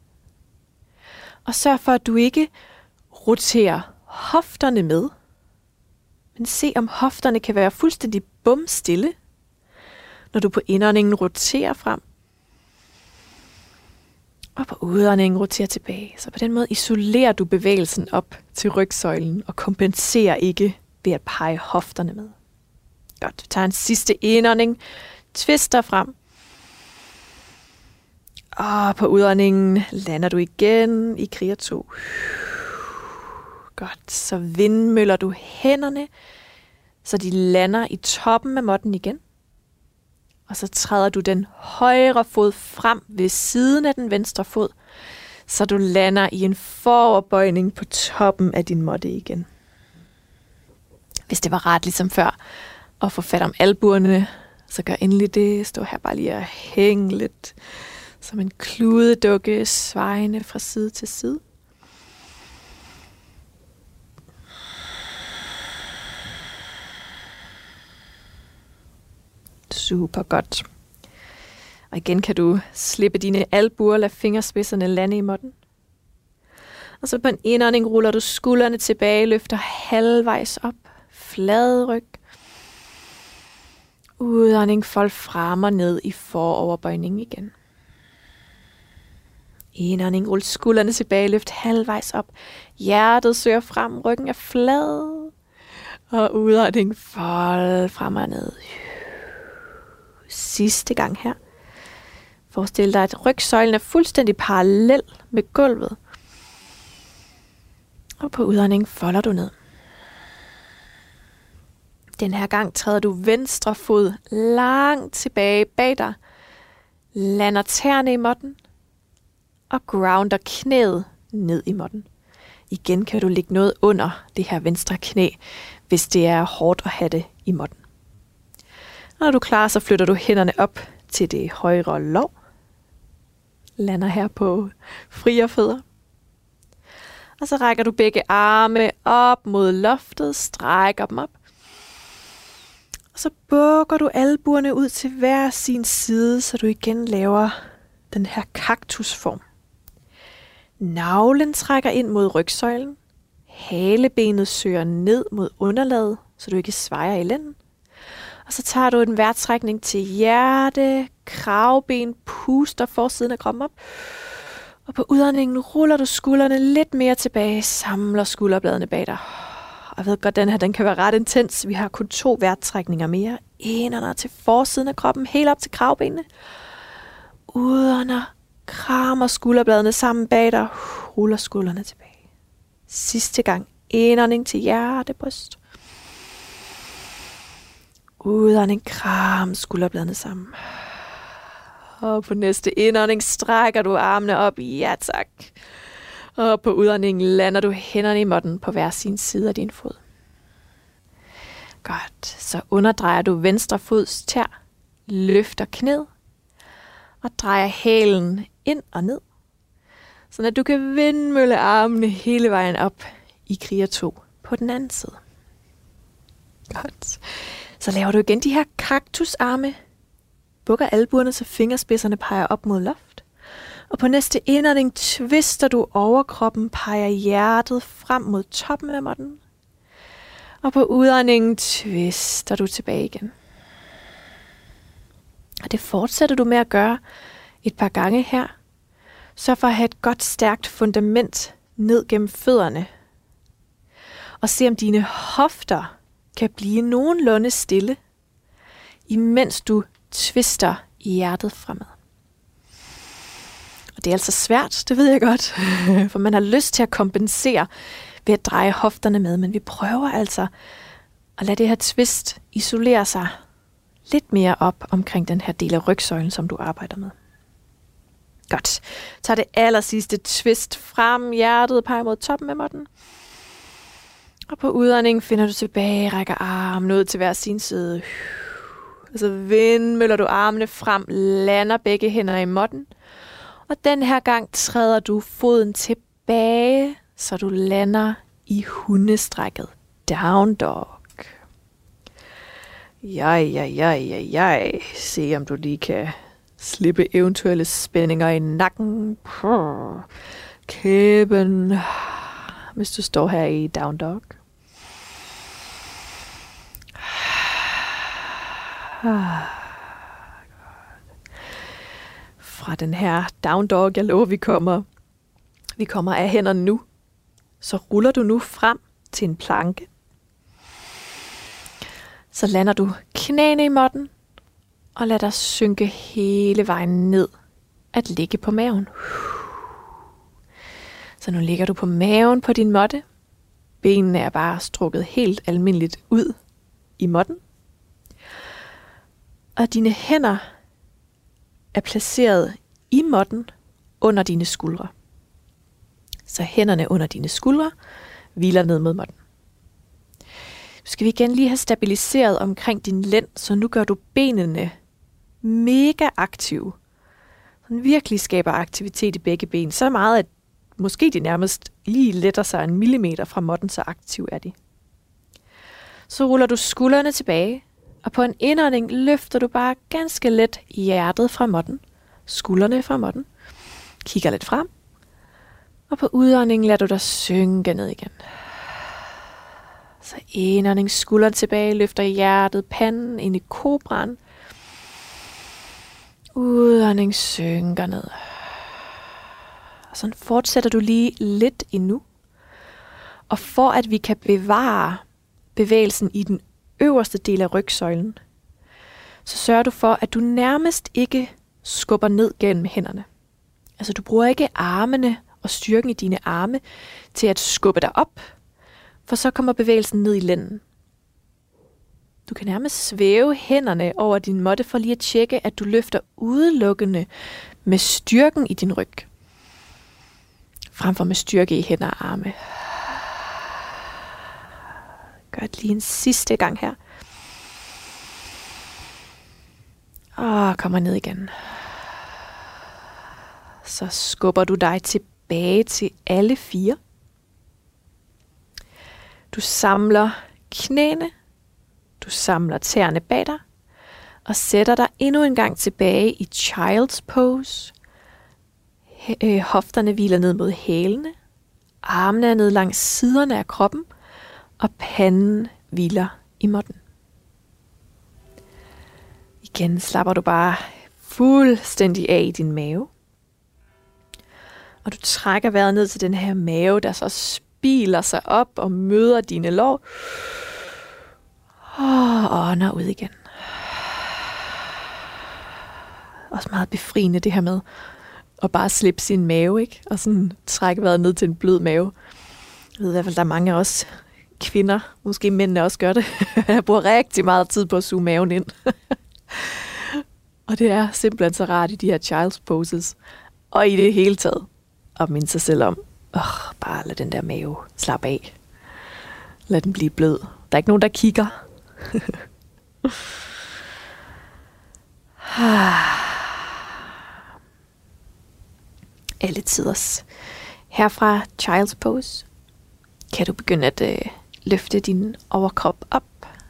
Og sørg for, at du ikke roterer hofterne med. Men se, om hofterne kan være fuldstændig bumstille, når du på indåndingen roterer frem. Og på udåndingen roterer tilbage. Så på den måde isolerer du bevægelsen op til rygsøjlen og kompenserer ikke ved at pege hofterne med. Godt, du tager en sidste indånding, twister frem. Og på udåndingen lander du igen i kriger to. Godt, så vindmøller du hænderne, så de lander i toppen af måtten igen. Og så træder du den højre fod frem ved siden af den venstre fod, så du lander i en foroverbøjning på toppen af din måtte igen. Hvis det var rart ligesom før at få fat om albuerne, så gør endelig det. Stå her bare lige og hænge lidt som en kludedukke, svajende fra side til side. Super godt. Og igen kan du slippe dine albuer, lade fingerspidserne lande i måtten. Og så på en indånding ruller du skuldrene tilbage, løfter halvvejs op, flad ryg. Udånding, fold frem og ned i foroverbøjning igen. Indånding, rul skuldrene tilbage, løft halvvejs op. Hjertet søger frem, ryggen er flad. Og udånding, fold frem og ned. Sidste gang her. Forestil dig, at rygsøjlen er fuldstændig parallel med gulvet. Og på udånding folder du ned. Den her gang træder du venstre fod langt tilbage bag dig. Lander tæerne i måtten. Og grounder knæet ned i måtten. Igen kan du lægge noget under det her venstre knæ, hvis det er hårdt at have det i måtten. Når du er klar, så flytter du hænderne op til det højre lår. Lander her på friere fødder. Og så rækker du begge arme op mod loftet, strækker dem op. Og så bukker du albuerne ud til hver sin side, så du igen laver den her kaktusform. Navlen trækker ind mod rygsøjlen. Halebenet søger ned mod underlaget, så du ikke svejer i lænden. Og så tager du en vejrtrækning til hjerte, kravben, puster forsiden af kroppen op. Og på udåndingen ruller du skuldrene lidt mere tilbage, samler skulderbladene bag dig. Og jeg ved godt, den her den kan være ret intens. Vi har kun to vejrtrækninger mere. Indånder til forsiden af kroppen, helt op til kravbenene. Udånder, krammer skulderbladene sammen bag dig, ruller skuldrene tilbage. Sidste gang, indånding til hjerte, bryst. Udånding, kram skulderbladene sammen. Og på næste indånding strækker du armene op. Ja tak. Og på udåndingen lander du hænderne i måtten på hver sin side af din fod. Godt. Så underdrejer du venstre fods tær. Løfter knæet. Og drejer hælen ind og ned. Så at du kan vindmølle armene hele vejen op i kriger to på den anden side. Godt. Så laver du igen de her kaktusarme. Bukker albuerne, så fingerspidserne peger op mod loft. Og på næste indånding twister du overkroppen, peger hjertet frem mod toppen af måtten. Og på udåndingen twister du tilbage igen. Og det fortsætter du med at gøre et par gange her. Så for at have et godt, stærkt fundament ned gennem fødderne. Og se om dine hofter kan blive nogenlunde stille, imens du twister i hjertet fremad. Og det er altså svært, det ved jeg godt, for man har lyst til at kompensere ved at dreje hofterne med, men vi prøver altså at lade det her twist isolere sig lidt mere op omkring den her del af rygsøjlen, som du arbejder med. Godt. Tag det aller sidste twist frem, hjertet peger mod toppen af måtten. Og på udåndingen finder du tilbage, rækker armen ud til hver sin side. Og så vindmøller du armene frem, lander begge hænder i måtten. Og den her gang træder du foden tilbage, så du lander i hundestrækket. Down dog. Jaj, jaj, jaj, jaj, jaj. Se om du lige kan slippe eventuelle spændinger i nakken. Kæben. Hvis du står her i down dog. Fra den her down dog, jeg lover, vi kommer, vi kommer af hænderne nu. Så ruller du nu frem til en planke. Så lander du knæene i måtten, og lad dig synke hele vejen ned at ligge på maven. Så nu ligger du på maven på din måtte. Benene er bare strukket helt almindeligt ud i måtten. Og dine hænder er placeret i måtten under dine skuldre. Så hænderne under dine skuldre hviler ned mod måtten. Nu skal vi igen lige have stabiliseret omkring din lænd, så nu gør du benene mega aktive. Så den virkelig skaber aktivitet i begge ben. Så meget, at måske de nærmest lige letter sig en millimeter fra måtten, så aktiv er de. Så ruller du skuldrene tilbage, og på en indånding løfter du bare ganske let hjertet fra måtten, skuldrene fra måtten, kigger lidt frem, og på udåndingen lader du dig synke ned igen. Så indånding, skuldrene tilbage, løfter hjertet, panden ind i kobraen. Udånding synker ned. Og sådan fortsætter du lige lidt endnu. Og for at vi kan bevare bevægelsen i den øverste del af rygsøjlen, så sørger du for, at du nærmest ikke skubber ned gennem hænderne. Altså du bruger ikke armene og styrken i dine arme til at skubbe dig op, for så kommer bevægelsen ned i lænden. Du kan nærmest svæve hænderne over din måtte for lige at tjekke, at du løfter udelukkende med styrken i din ryg, fremfor med styrke i hænder og arme. Gør det lige en sidste gang her. Og kommer ned igen. Så skubber du dig tilbage til alle fire. Du samler knæene. Du samler tæerne bag dig. Og sætter dig endnu en gang tilbage i child's pose. Hofterne hviler ned mod hælene. Armene er ned langs siderne af kroppen. Og panden hviler i måtten. Igen slapper du bare fuldstændig af i din mave. Og du trækker vejret ned til den her mave, der så spiler sig op og møder dine lår. Og ånder ud igen. Også meget befriende det her med at bare slippe sin mave, ikke? Og sådan trække vejret ned til en blød mave. Jeg ved i hvert fald, der er mange af os kvinder, måske mændene også gør det. Jeg bruger rigtig meget tid på at suge maven ind. Og det er simpelthen så rart i de her child's poses. Og i det hele taget at minde sig selv om, åh, bare lad den der mave slappe af. Lad den blive blød. Der er ikke nogen, der kigger. Alle tiders. Herfra child's pose kan du begynde at øh, løfte din overkrop op.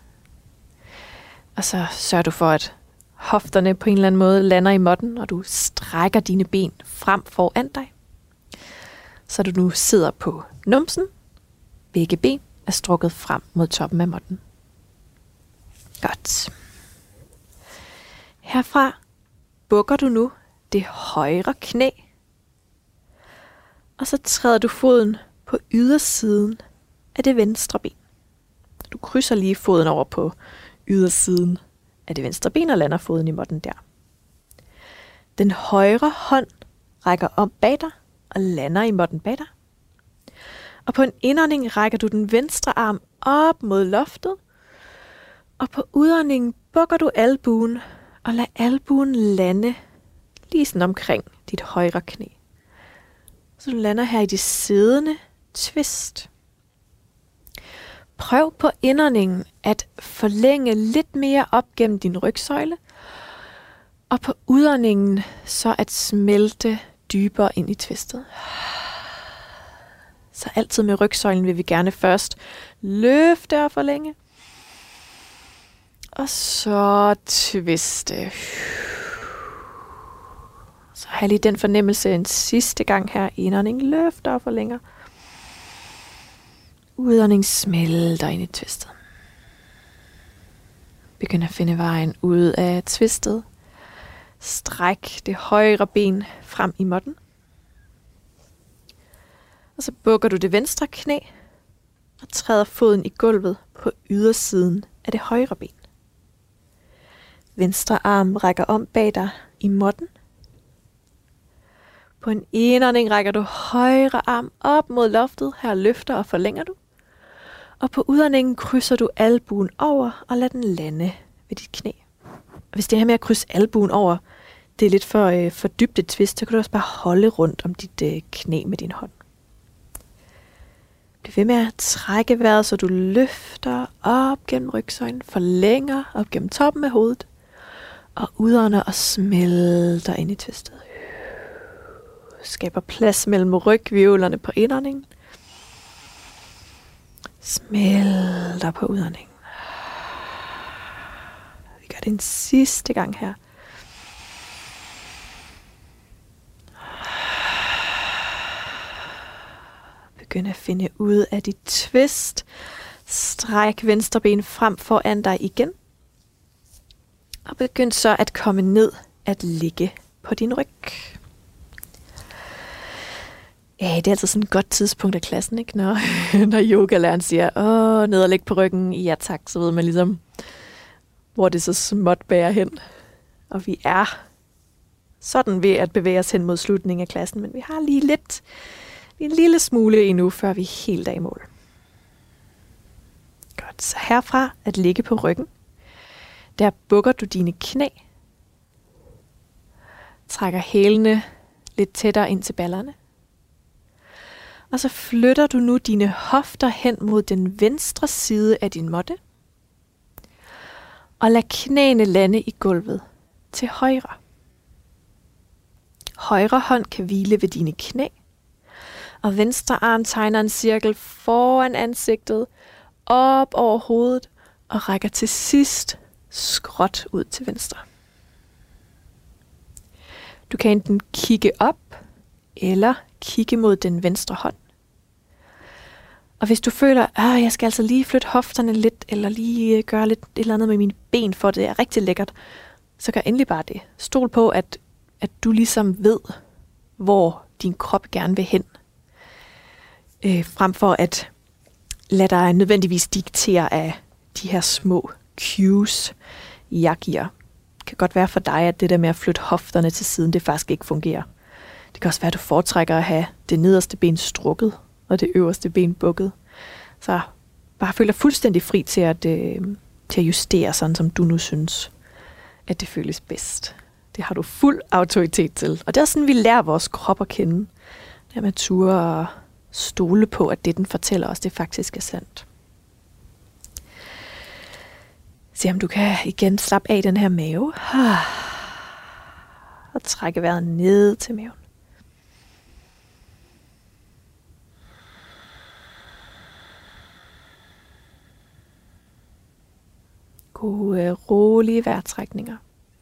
Og så sørger du for, at hofterne på en eller anden måde lander i måtten, og du strækker dine ben frem foran dig. Så du nu sidder på numsen. Begge ben er strukket frem mod toppen af måtten. Godt. Herfra bukker du nu det højre knæ. Og så træder du foden på ydersiden af det venstre ben. Du krydser lige foden over på ydersiden af det venstre ben og lander foden i måtten der. Den højre hånd rækker om bag dig og lander i måtten bag dig. Og på en indånding rækker du den venstre arm op mod loftet. Og på udåndingen bukker du albuen og lader albuen lande lige sådan omkring dit højre knæ. Så du lander her i det siddende twist. Prøv på indåndingen at forlænge lidt mere op gennem din rygsøjle. Og på udåndingen så at smelte dybere ind i twistet. Så altid med rygsøjlen vil vi gerne først løfte og forlænge. Og så twiste. Så har lige den fornemmelse en sidste gang her. Indånding løfter og forlænger. Udånding smelter ind i twistet. Begynd at finde vejen ud af twistet. Stræk det højre ben frem i måtten. Og så bukker du det venstre knæ og træder foden i gulvet på ydersiden af det højre ben. Venstre arm rækker om bag dig i måtten. På en indånding rækker du højre arm op mod loftet. Her løfter og forlænger du. Og på udåndingen krydser du albuen over og lader den lande ved dit knæ. Og hvis det her med at krydse albuen over, det er lidt for, øh, for dybt et twist, så kan du også bare holde rundt om dit øh, knæ med din hånd. Bliv ved med at trække vejret, så du løfter op gennem rygsøjlen, forlænger op gennem toppen af hovedet, og udånder og smelter ind i twistet. Skaber plads mellem rygvirvlerne på indåndingen. Smelter på udåndingen. Vi gør det en sidste gang her. Begynd at finde ud af dit twist. Stræk venstre ben frem foran dig igen. Og begynd så at komme ned at ligge på din ryg. Ja, det er altså sådan et godt tidspunkt af klassen, ikke? Når, når yogalæreren siger, åh, ned og ligge på ryggen, ja tak, så ved man ligesom, hvor det så småt bærer hen. Og vi er sådan ved at bevæge os hen mod slutningen af klassen, men vi har lige lidt, en lille smule endnu, før vi er helt af i mål. Godt, så herfra at ligge på ryggen, der bukker du dine knæ, trækker hælene lidt tættere ind til ballerne, og så flytter du nu dine hofter hen mod den venstre side af din måtte, og lad knæene lande i gulvet til højre. Højre hånd kan hvile ved dine knæ, og venstre arm tegner en cirkel foran ansigtet, op over hovedet, og rækker til sidst skråt ud til venstre. Du kan enten kigge op, eller kigge mod den venstre hånd. Og hvis du føler, at jeg skal altså lige flytte hofterne lidt, eller lige gøre lidt et eller andet med mine ben, for det er rigtig lækkert, så gør endelig bare det. Stol på, at, at du ligesom ved, hvor din krop gerne vil hen. Øh, frem for at lade dig nødvendigvis diktere af de her små cues, jeg giver. Det kan godt være for dig, at det der med at flytte hofterne til siden, det faktisk ikke fungerer. Det kan også være, at du foretrækker at have det nederste ben strukket, og det øverste ben bukket. Så bare føl dig fuldstændig fri til at, øh, til at justere, sådan som du nu synes, at det føles bedst. Det har du fuld autoritet til. Og det er sådan, vi lærer vores krop at kende. Det er med at ture og stole på, at det, den fortæller os, det faktisk er sandt. Se om du kan igen slappe af i den her mave. Og trække vejret ned til maven. Gode, rolige vejrtrækninger.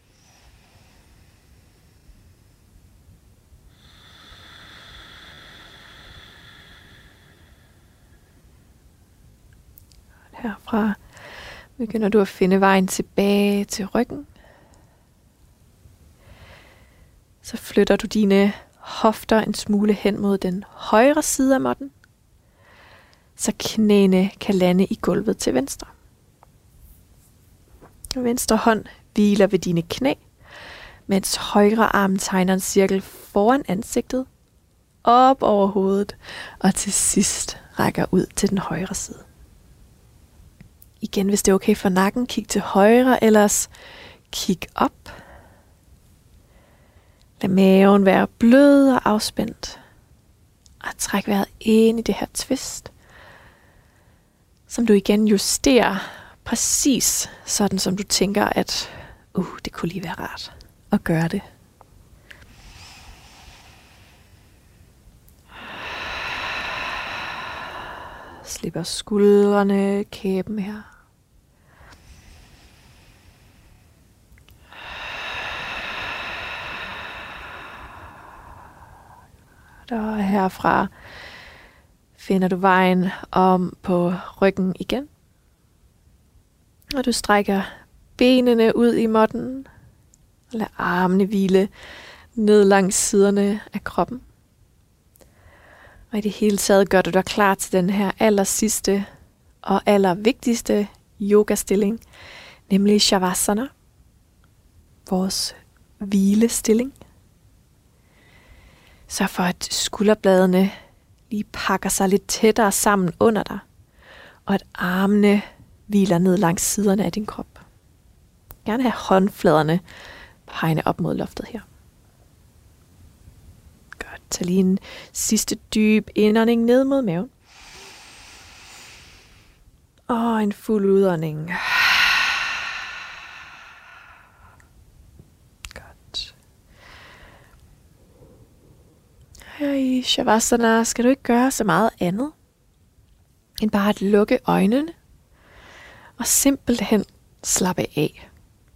Herfra begynder du at finde vejen tilbage til ryggen. Så flytter du dine hofter en smule hen mod den højre side af måtten, så knæene kan lande i gulvet til venstre. Venstre hånd hviler ved dine knæ, mens højre arm tegner en cirkel foran ansigtet, op over hovedet, og til sidst rækker ud til den højre side. Igen, hvis det er okay for nakken, kig til højre, ellers kig op. Lad maven være blød og afspændt. Og træk vejret ind i det her twist, som du igen justerer præcis sådan, som du tænker, at uh, det kunne lige være rart at gøre det. Slipper skuldrene, kæben her. Og herfra finder du vejen om på ryggen igen. Og du strækker benene ud i måtten. Og lad armene hvile ned langs siderne af kroppen. Og i det hele taget gør du dig klar til den her aller sidste og aller vigtigste yogastilling, nemlig Shavasana, vores hvilestilling. Så for at skulderbladene lige pakker sig lidt tættere sammen under dig, og at armene hviler ned langs siderne af din krop. Gerne have håndfladerne pegende op mod loftet her. Godt, tag lige en sidste dyb indånding ned mod maven. Og en fuld udånding. Godt. Her i Shavasana skal du ikke gøre så meget andet, end bare at lukke øjnene og simpelthen slappe af.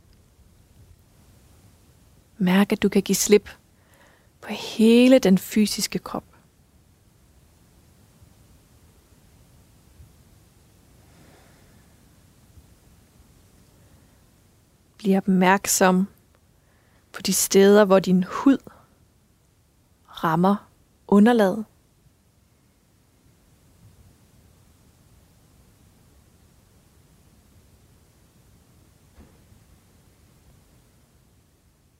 Mærk, at du kan give slip på hele den fysiske krop. Bliv opmærksom på de steder, hvor din hud rammer underlaget.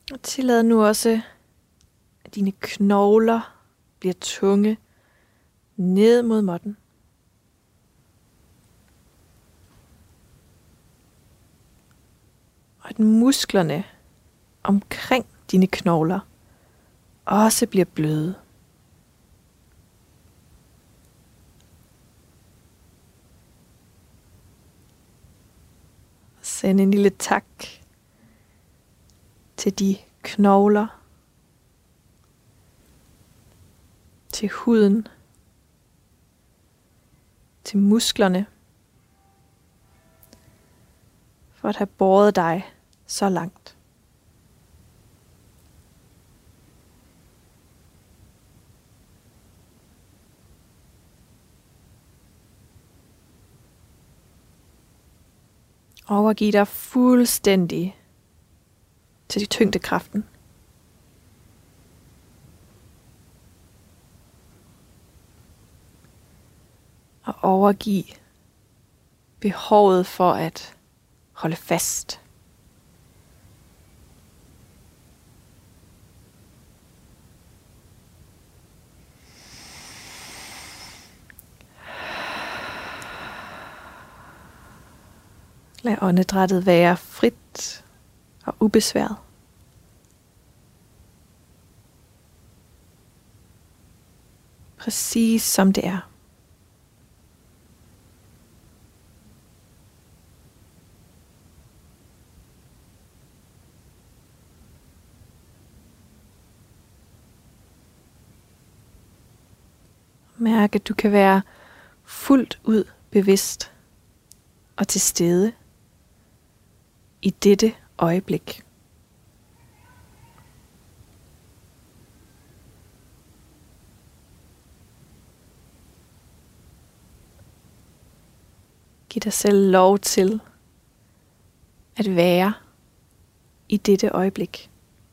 Og tillad nu også, at dine knogler bliver tunge ned mod måtten. Og at musklerne omkring dine knogler også bliver bløde. Send en lille tak til de knogler, til huden, til musklerne, for at have båret dig så langt. Overgiv dig fuldstændig til tyngdekraften. Og overgiv behovet for at holde fast. Lad åndedrættet være frit og ubesværet. Præcis som det er. Mærk, at du kan være fuldt ud bevidst og til stede i dette øjeblik. Giv dig selv lov til at være i dette øjeblik.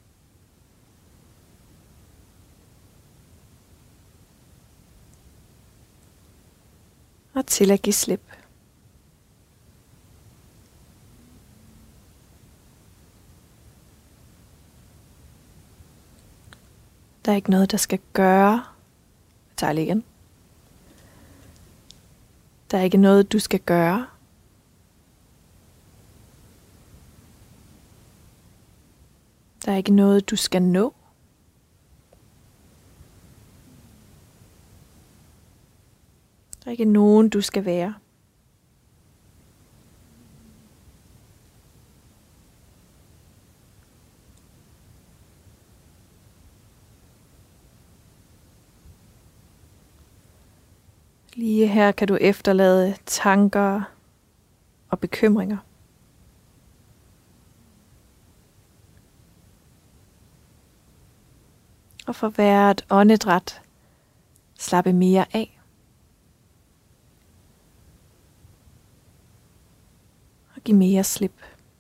Og til at give slip. Der er ikke noget, der skal gøre. Jeg tager lige igen. Der er ikke noget, du skal gøre. Der er ikke noget, du skal nå. Der er ikke nogen, du skal være. Lige her kan du efterlade tanker og bekymringer. Og for hvert åndedræt slappe mere af. Og give mere slip.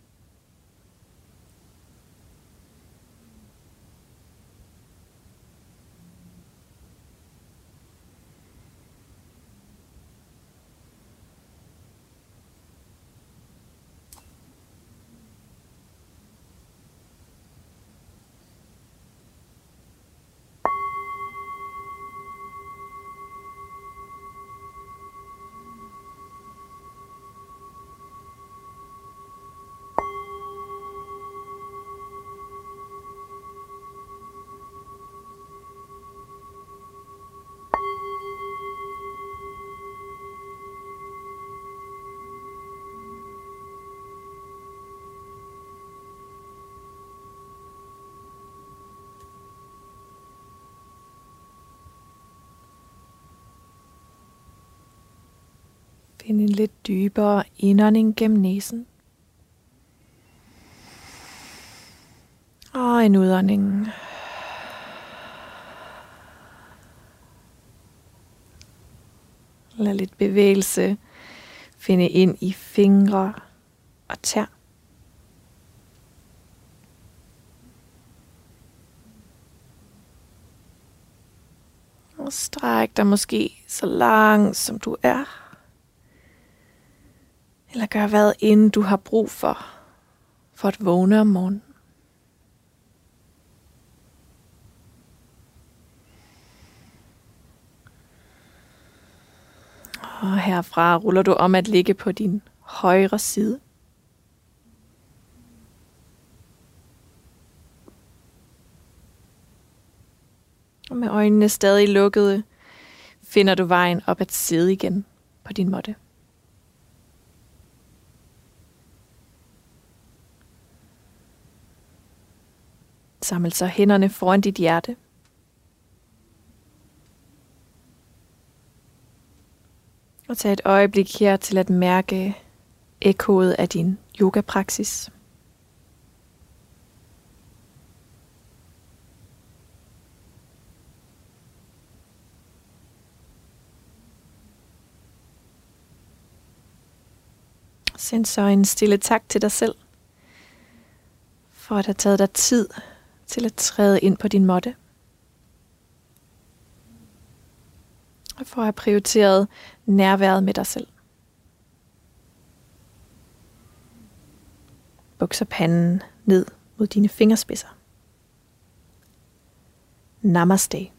Find en lidt dybere indånding gennem næsen. Og en udånding. Lad lidt bevægelse finde ind i fingre og tær. Og stræk dig måske så langt som du er. Eller gør hvad end du har brug for, for at vågne om morgenen. Og herfra ruller du om at ligge på din højre side. Og med øjnene stadig lukkede, finder du vejen op at sidde igen på din måtte. Saml så hænderne foran dit hjerte. Og tag et øjeblik her til at mærke ekkoet af din yogapraksis. Send så en stille tak til dig selv, for at have taget dig tid til at træde ind på din måtte. Og for at have prioriteret nærværet med dig selv. Bukser panden ned mod dine fingerspidser. Namaste.